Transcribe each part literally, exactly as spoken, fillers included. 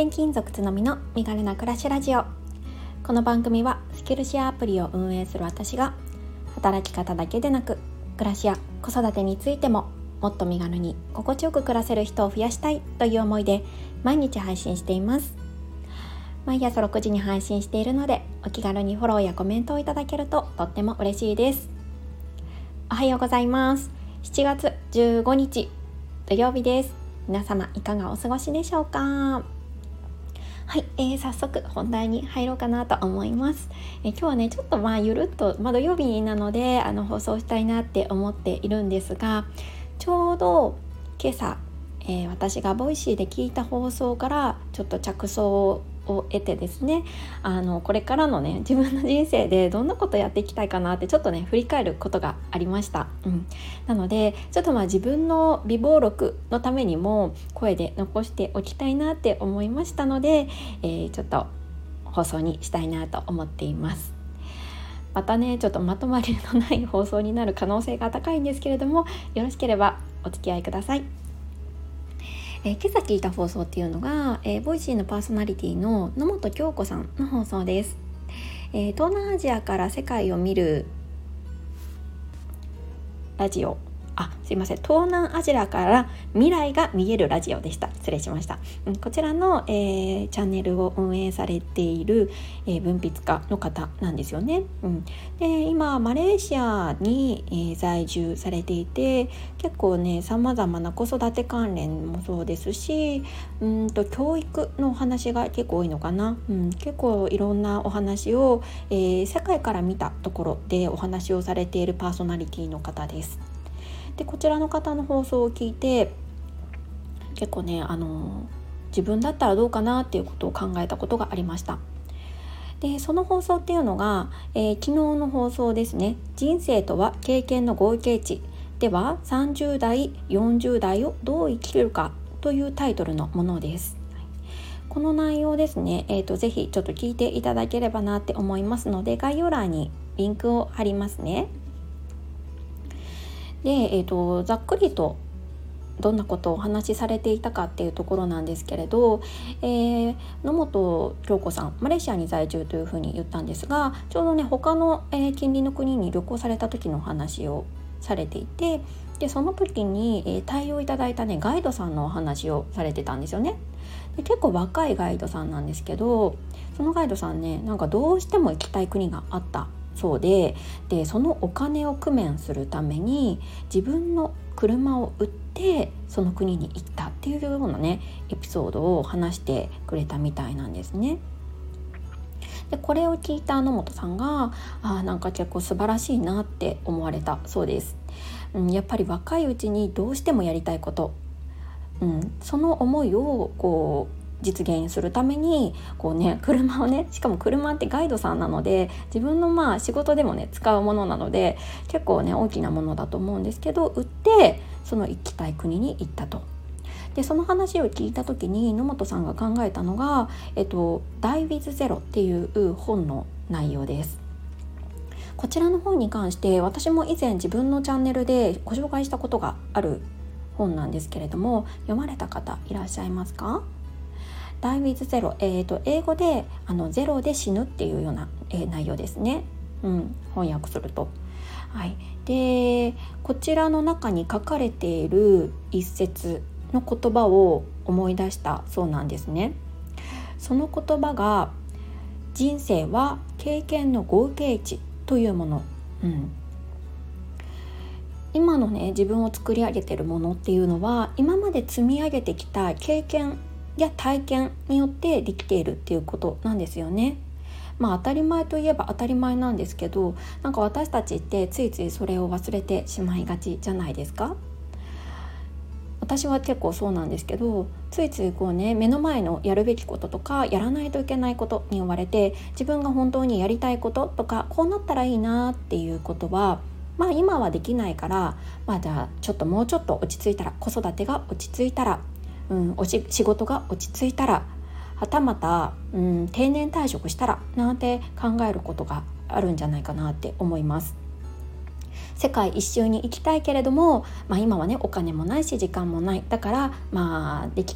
転勤族つのみの身軽な暮らしラジオ。この番組はスキルシェアアプリを運営する私が働き方だけでなく暮らしや子育てについてももっと身軽に心地よく暮らせる人を増やしたいという思いで毎日配信しています。毎朝ろくじに配信しているのでお気軽にフォローやコメントをいただけるととっても嬉しいです。おはようございます。しちがつじゅうごにち土曜日です。皆様いかがお過ごしでしょうか。はい、えー、早速本題に入ろうかなと思います。えー、今日はねちょっとまあゆるっと、まあ、土曜日なのであの放送したいなって思っているんですが、ちょうど今朝、えー、私がボイシーで聞いた放送からちょっと着想を得てですね、あのこれからのね自分の人生でどんなことやっていきたいかなってちょっとね振り返ることがありました。うん、なのでちょっとまあ自分の備忘録のためにも声で残しておきたいなって思いましたので、えー、ちょっと放送にしたいなと思っています。またねちょっとまとまりのない放送になる可能性が高いんですけれども、よろしければお付き合いください。えー、今朝聞いた放送っていうのが、えー、ボイシーのパーソナリティの野本京子さんの放送です。えー、東南アジアから世界を見るラジオあすいません東南アジアから未来が見えるラジオでした。失礼しました。うん、こちらの、えー、チャンネルを運営されている、えー、文筆家の方なんですよね。うん、で今マレーシアに、えー、在住されていて、結構ねさまざまな子育て関連もそうですし、うんと教育のお話が結構多いのかな。うん、結構いろんなお話を、えー、世界から見たところでお話をされているパーソナリティの方です。でこちらの方の放送を聞いて結構ねあの自分だったらどうかなっていうことを考えたことがありました。でその放送っていうのが、えー、昨日の放送ですね。人生とは経験の合計値ではさんじゅうだいよんじゅうだいをどう生きるかというタイトルのものです。この内容ですね、えーと、ぜひちょっと聞いていただければなって思いますので、概要欄にリンクを貼りますね。で、えーと、ざっくりとどんなことをお話しされていたかっていうところなんですけれど、えー、野本京子さんマレーシアに在住というふうに言ったんですが、ちょうどね他の、えー、近隣の国に旅行された時のお話をされていて、でその時に、えー、対応いただいたねガイドさんのお話をされてたんですよね。で結構若いガイドさんなんですけど、そのガイドさんねなんかどうしても行きたい国があったそうで、でそのお金を工面するために自分の車を売ってその国に行ったっていうようなねエピソードを話してくれたみたいなんですね。でこれを聞いた野本さんがあなんか結構素晴らしいなって思われたそうです。うん、やっぱり若いうちにどうしてもやりたいこと、うん、その思いをこう実現するためにこうね車をねしかも車ってガイドさんなので自分のまあ仕事でもね使うものなので結構ね大きなものだと思うんですけど、売ってその行きたい国に行ったと。でその話を聞いた時に野本さんが考えたのが、えっと、Die with Zero っていう本の内容です。こちらの本に関して私も以前自分のチャンネルでご紹介したことがある本なんですけれども、読まれた方いらっしゃいますか？Die with Zero、えーと、英語であのゼロで死ぬっていうような、えー、内容ですね。うん、翻訳すると、はい、でこちらの中に書かれている一節の言葉を思い出したそうなんですね。その言葉が人生は経験の合計値というもの、うん、今のね自分を作り上げているものっていうのは今まで積み上げてきた経験や体験によってできているっていうことなんですよね。まあ当たり前といえば当たり前なんですけど、なんか私たちってついついそれを忘れてしまいがちじゃないですか。私は結構そうなんですけど、ついついこうね目の前のやるべきこととかやらないといけないことに追われて、自分が本当にやりたいこととかこうなったらいいなっていうことはまあ今はできないから、まあじゃあちょっともうちょっと落ち着いたら、子育てが落ち着いたら、うん、おし仕事が落ち着いたら、はたまた、うん、定年退職したらなんて考えることがあるんじゃないかなって思います。世界一周に行きたいけれども、まあ、今はねお金もないし時間もない、だからまあできたら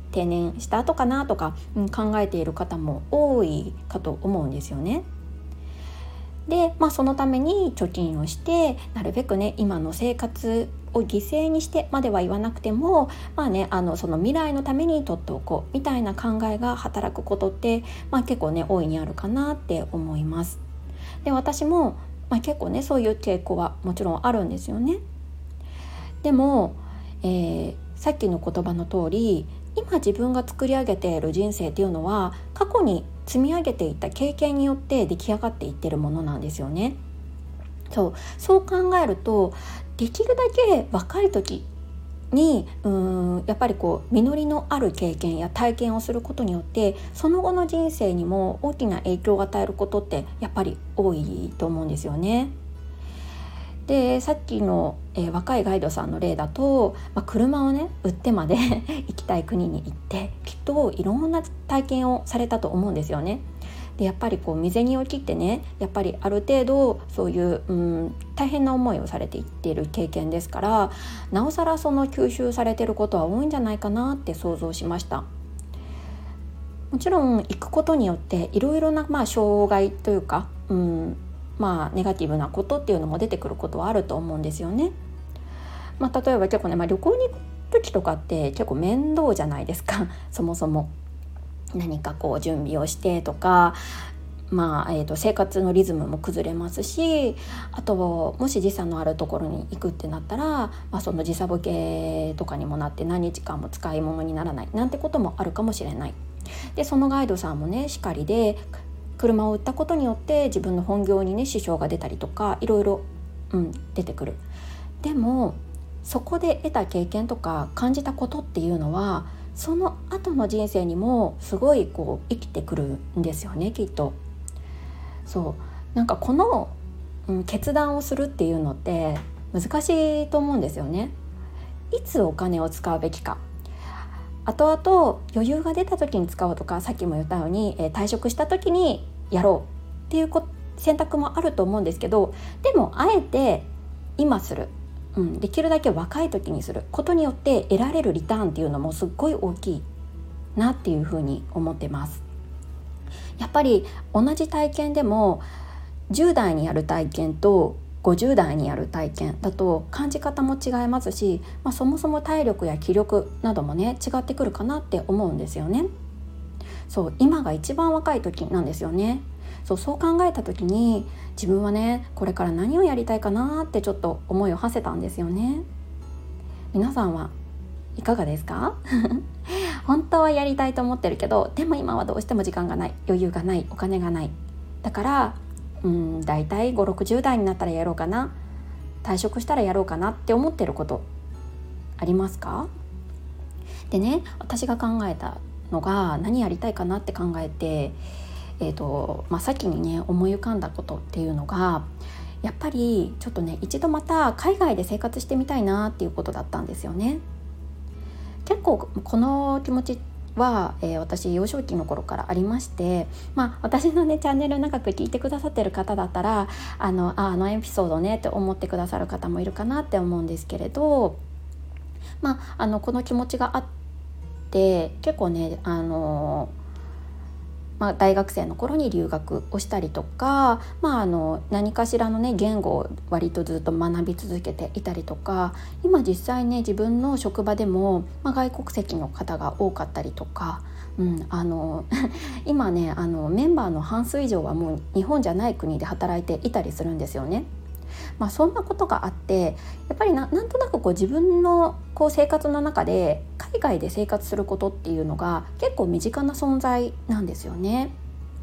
定年した後かなとか、うん、考えている方も多いかと思うんですよね。で、まあ、そのために貯金をしてなるべくね今の生活を犠牲にしてまでは言わなくても、まあね、あのその未来のために取っておこうみたいな考えが働くことって、まあ、結構ね大いにあるかなって思います。で私も、まあ、結構ねそういう傾向はもちろんあるんですよね。でも、えー、さっきの言葉の通り今自分が作り上げている人生っていうのは過去に積み上げていった経験によって出来上がっていってるものなんですよね。そう、そう考えるとできるだけ若い時にうーんやっぱりこう実りのある経験や体験をすることによってその後の人生にも大きな影響を与えることってやっぱり多いと思うんですよね。でさっきの、えー、若いガイドさんの例だと、まあ、車をね売ってまで行きたい国に行ってきっといろんな体験をされたと思うんですよね。でやっぱりこう身銭を切ってねやっぱりある程度そういう、うん、大変な思いをされていっている経験ですからなおさらその吸収されていることは多いんじゃないかなって想像しました。もちろん行くことによっていろいろな、まあ、障害というか、うんまあ、ネガティブなことっていうのも出てくることはあると思うんですよね。まあ、例えば結構ね、まあ、旅行に行く時とかって結構面倒じゃないですかそもそも何かこう準備をしてとか、まあえー、と生活のリズムも崩れますしあともし時差のあるところに行くってなったら、まあ、その時差ボケとかにもなって何日間も使い物にならないなんてこともあるかもしれない。でそのガイドさんもねしかりで車を売ったことによって自分の本業にね支障が出たりとかいろいろ、うん、出てくる。でもそこで得た経験とか感じたことっていうのはその後の人生にもすごいこう生きてくるんですよねきっと。そうなんかこの、うん、決断をするっていうのって難しいと思うんですよね。いつお金を使うべきか後々余裕が出た時に使おうとかさっきも言ったように、えー、退職した時にやろうっていう選択もあると思うんですけどでもあえて今する、うん、できるだけ若い時にすることによって得られるリターンっていうのもすっごい大きいなっていうふうに思ってます。やっぱり同じ体験でもじゅう代にやる体験とごじゅう代にやる体験だと感じ方も違いますし、まあ、そもそも体力や気力などもね違ってくるかなって思うんですよね。そう今が一番若い時なんですよね。そう、そう考えた時に自分はねこれから何をやりたいかなってちょっと思いを馳せたんですよね。皆さんはいかがですか本当はやりたいと思ってるけどでも今はどうしても時間がない余裕がないお金がないだからうんだいたいごじゅうろくじゅう代になったらやろうかな退職したらやろうかなって思ってることありますか？でね私が考えたのが何やりたいかなって考えて、えーとまあ、先にね思い浮かんだことっていうのがやっぱりちょっとね一度また海外で生活してみたいなっていうことだったんですよね。結構この気持ちは、えー、私幼少期の頃からありまして、まあ、私のねチャンネル長く聞いてくださってる方だったらあのああのエピソードねって思ってくださる方もいるかなって思うんですけれど、まあ、あのこの気持ちがあって結構ねあのまあ、大学生の頃に留学をしたりとか、まあ、あの何かしらの、ね、言語を割とずっと学び続けていたりとか今実際ね自分の職場でも、まあ、外国籍の方が多かったりとか、うん、あの今ねあのメンバーの半数以上はもう日本じゃない国で働いていたりするんですよね。まあ、そんなことがあってやっぱり な, なんとなくこう自分のこう生活の中で海外で生活することっていうのが結構身近な存在なんですよね。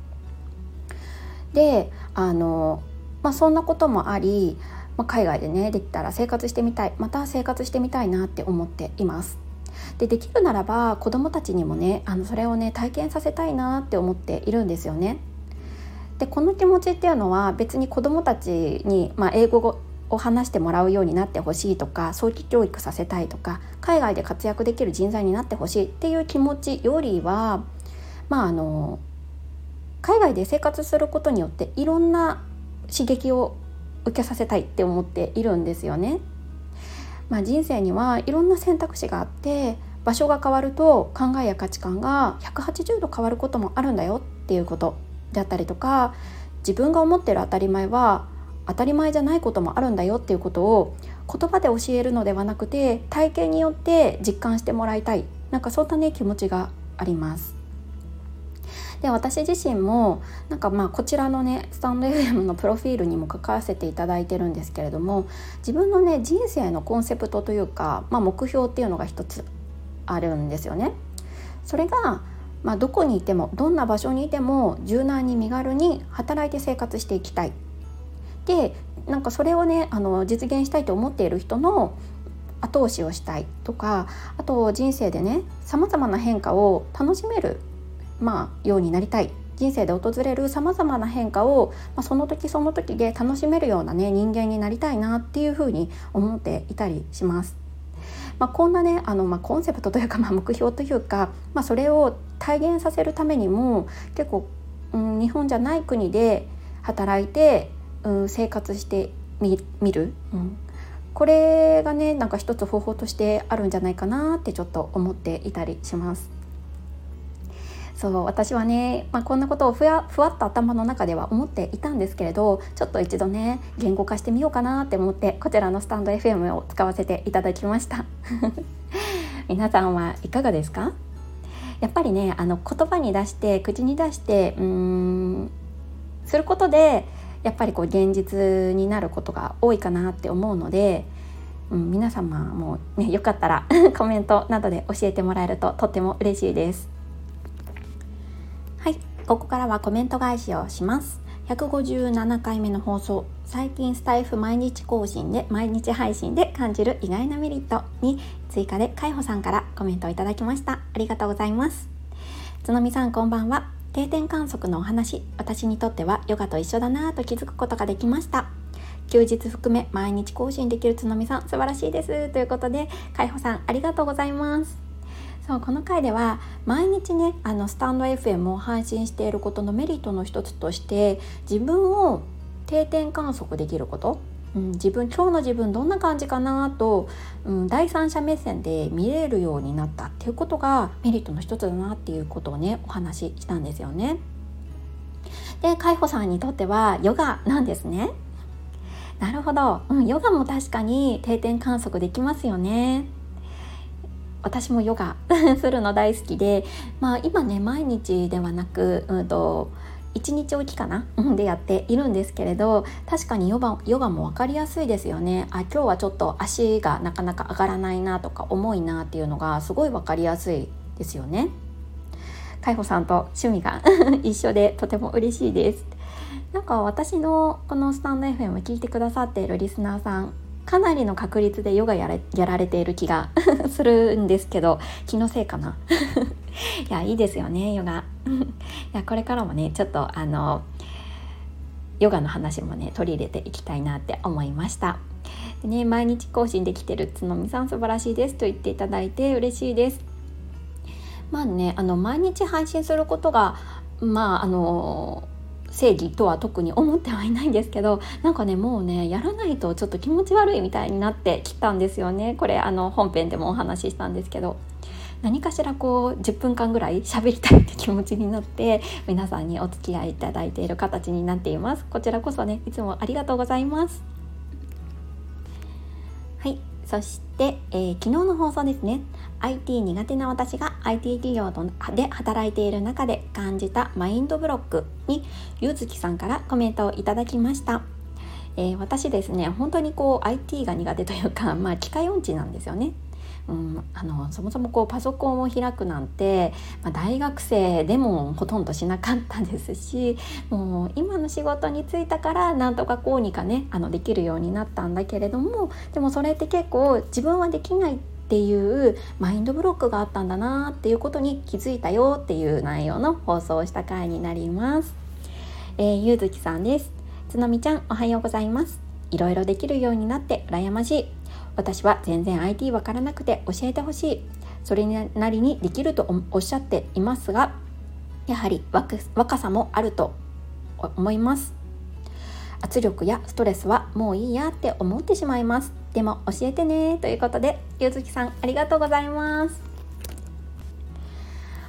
であの、まあ、そんなこともあり、まあ、海外でねできたら生活してみたいまた生活してみたいなって思っています。でできるならば子どもたちにもねあのそれをね体験させたいなって思っているんですよね。でこの気持ちっていうのは別に子どもたちに、まあ、英語を話してもらうようになってほしいとか早期教育させたいとか海外で活躍できる人材になってほしいっていう気持ちよりは、まあ、あの海外で生活することによっていろんな刺激を受けさせたいって思っているんですよね。まあ、人生にはいろんな選択肢があって場所が変わると考えや価値観がひゃくはちじゅうど変わることもあるんだよっていうことであったりとか、自分が思っている当たり前は当たり前じゃないこともあるんだよっていうことを言葉で教えるのではなくて、体験によって実感してもらいたい、なんかそんなね気持ちがあります。で、私自身もなんかまあこちらのねスタンド エフエム のプロフィールにも書かせていただいてるんですけれども、自分のね人生のコンセプトというか、まあ、目標っていうのが一つあるんですよね。それが、まあ、どこにいてもどんな場所にいても柔軟に身軽に働いて生活していきたい。で、なんかそれをねあの実現したいと思っている人の後押しをしたいとか、あと人生でねさまざまな変化を楽しめるまあ、ようになりたい。人生で訪れるさまざまな変化を、まあ、その時その時で楽しめるような、ね、人間になりたいなっていうふうに思っていたりします。まあ、こんなねあの、まあ、コンセプトというか、まあ、目標というか、まあ、それを体現させるためにも結構、うん、日本じゃない国で働いて、うん、生活してみ、見る、うん、これがねなんか一つ方法としてあるんじゃないかなってちょっと思っていたりします。そう私はね、まあ、こんなことをふわ、ふわっと頭の中では思っていたんですけれど、ちょっと一度ね言語化してみようかなって思ってこちらのスタンド エフエム を使わせていただきました皆さんはいかがですか？やっぱりねあの言葉に出して口に出してうーんすることでやっぱりこう現実になることが多いかなって思うので、うん、皆様も、ね、よかったらコメントなどで教えてもらえるととっても嬉しいです。はい、ここからはコメント返しをします。ひゃくごじゅうななかいめの放送、最近スタイフ毎日更新で毎日配信で感じる意外なメリットに追加でかいほさんからコメントをいただきました。ありがとうございます。つのみさんこんばんは。定点観測のお話、私にとってはヨガと一緒だなと気づくことができました。休日含め毎日更新できるつのみさん素晴らしいですということで、かいほさんありがとうございます。そうこの回では毎日ねあのスタンド エフエム を配信していることのメリットの一つとして、自分を定点観測できること、うん、自分今日の自分どんな感じかなと、うん、第三者目線で見れるようになったっていうことがメリットの一つだなっていうことをねお話ししたんですよね。で、かいほさんにとってはヨガなんですね。なるほど、うん、ヨガも確かに定点観測できますよね。私もヨガするの大好きで、まあ、今ね毎日ではなく、うんと、いちにちおきかなでやっているんですけれど、確かにヨガ、ヨガも分かりやすいですよね。あ、今日はちょっと足がなかなか上がらないなとか重いなっていうのがすごい分かりやすいですよね。かいほさんと趣味が一緒でとても嬉しいです。なんか私のこのスタンド エフエム 聞いてくださっているリスナーさん、かなりの確率でヨガやれ、やられている気がするんですけど、気のせいかないやいいですよねヨガいやこれからもねちょっとあのヨガの話もね取り入れていきたいなって思いました。で、ね、毎日更新できてるつのみさん素晴らしいですと言っていただいて嬉しいです。まあねあの毎日配信することがまああの正義とは特に思ってはいないんですけど、なんかねもうねやらないとちょっと気持ち悪いみたいになってきたんですよね。これあの本編でもお話ししたんですけど、何かしらこうじゅっぷんかんぐらい喋りたいって気持ちになって皆さんにお付き合いいただいている形になっています。こちらこそねいつもありがとうございます。はい、そして、えー、昨日の放送ですね。 アイティー 苦手な私が アイティー 企業で働いている中で感じたマインドブロックにゆずきさんからコメントをいただきました。えー、私ですね本当にこう アイティー が苦手というか、まあ、機械音痴なんですよね。うん、あのそもそもこうパソコンを開くなんて、まあ、大学生でもほとんどしなかったですし、もう今の仕事に就いたからなんとかこうにかねあのできるようになったんだけれども、でもそれって結構自分はできないっていうマインドブロックがあったんだなっていうことに気づいたよっていう内容の放送をした回になります。えー、ゆうずきさんです。つのみちゃんおはようございます。いろいろできるようになって羨ましい。私は全然 アイティー わからなくて教えてほしい。それなりにできるとおっしゃっていますが、やはり若、若さもあると思います。圧力やストレスはもういいやって思ってしまいます。でも教えてねということで、ゆずきさんありがとうございます。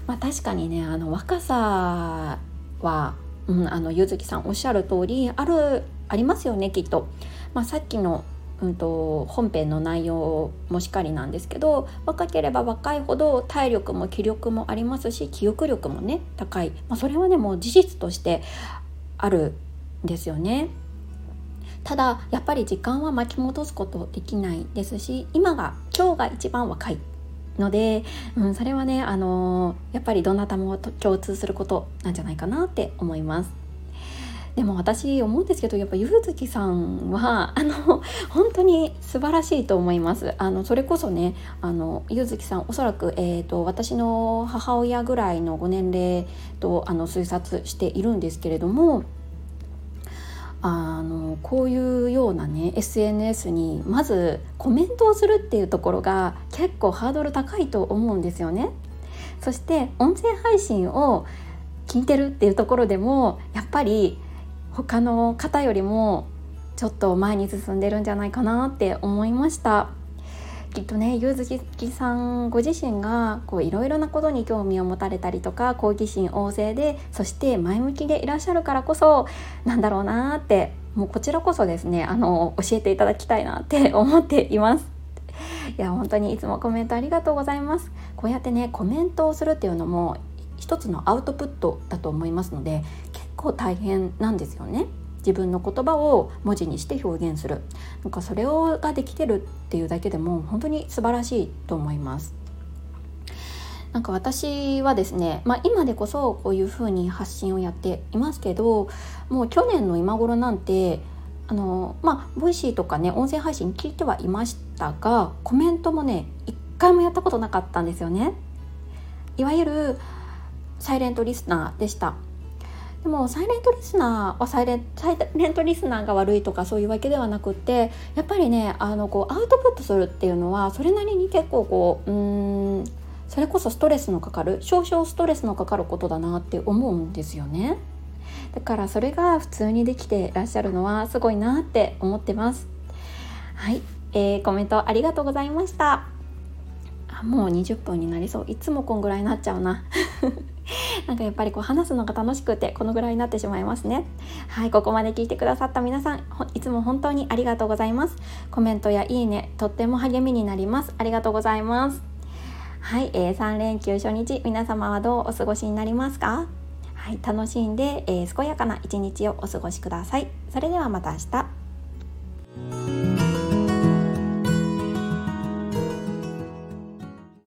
まあ、確かにねあの若さは、うん、あのゆずきさんおっしゃる通りあるありますよねきっと。まあ、さっきの、うん、と本編の内容もしっかりなんですけど、若ければ若いほど体力も気力もありますし記憶力もね高い、まあ、それはねもう事実としてあるんですよね。ただやっぱり時間は巻き戻すことできないですし、今が今日が一番若いので、うん、それはね、あのー、やっぱりどなたも共通することなんじゃないかなって思います。でも私思うんですけど、やっぱゆずきさんはあの本当に素晴らしいと思います。あのそれこそね、あのゆずきさんおそらく、えーと、私の母親ぐらいのご年齢とあの推察しているんですけれども、あのこういうようなね エスエヌエス にまずコメントをするっていうところが結構ハードル高いと思うんですよね。そして音声配信を聞いてるっていうところでもやっぱり他の方よりもちょっと前に進んでるんじゃないかなって思いました。きっとねゆずきさんご自身がこういろいろなことに興味を持たれたりとか、好奇心旺盛でそして前向きでいらっしゃるからこそなんだろうなって、もうこちらこそですねあの教えていただきたいなって思っています。いや本当にいつもコメントありがとうございます。こうやってねコメントをするっていうのも一つのアウトプットだと思いますので、結構大変なんですよね。自分の言葉を文字にして表現する、なんかそれをができてるっていうだけでも本当に素晴らしいと思います。なんか私はですね、まあ、今でこそこういう風に発信をやっていますけど、もう去年の今頃なんてあのまあボイシーとかね音声配信聞いてはいましたが、コメントもね一回もやったことなかったんですよね。いわゆるサイレントリスナーでした。でもサイレントリスナーはサイレン、サイレントリスナーが悪いとかそういうわけではなくって、やっぱりねあのこうアウトプットするっていうのはそれなりに結構こううーんそれこそストレスのかかる少々ストレスのかかることだなって思うんですよね。だからそれが普通にできていらっしゃるのはすごいなって思ってます。はい、えー、コメントありがとうございました。あもうにじゅっぷんになりそう。いつもこんぐらいになっちゃうななんかやっぱりこう話すのが楽しくてこのぐらいになってしまいますね。はい、ここまで聞いてくださった皆さんいつも本当にありがとうございます。コメントやいいねとっても励みになります。ありがとうございます。はい、えー、さん連休初日皆様はどうお過ごしになりますか？はい、楽しんで、えー、健やかな一日をお過ごしください。それではまた明日。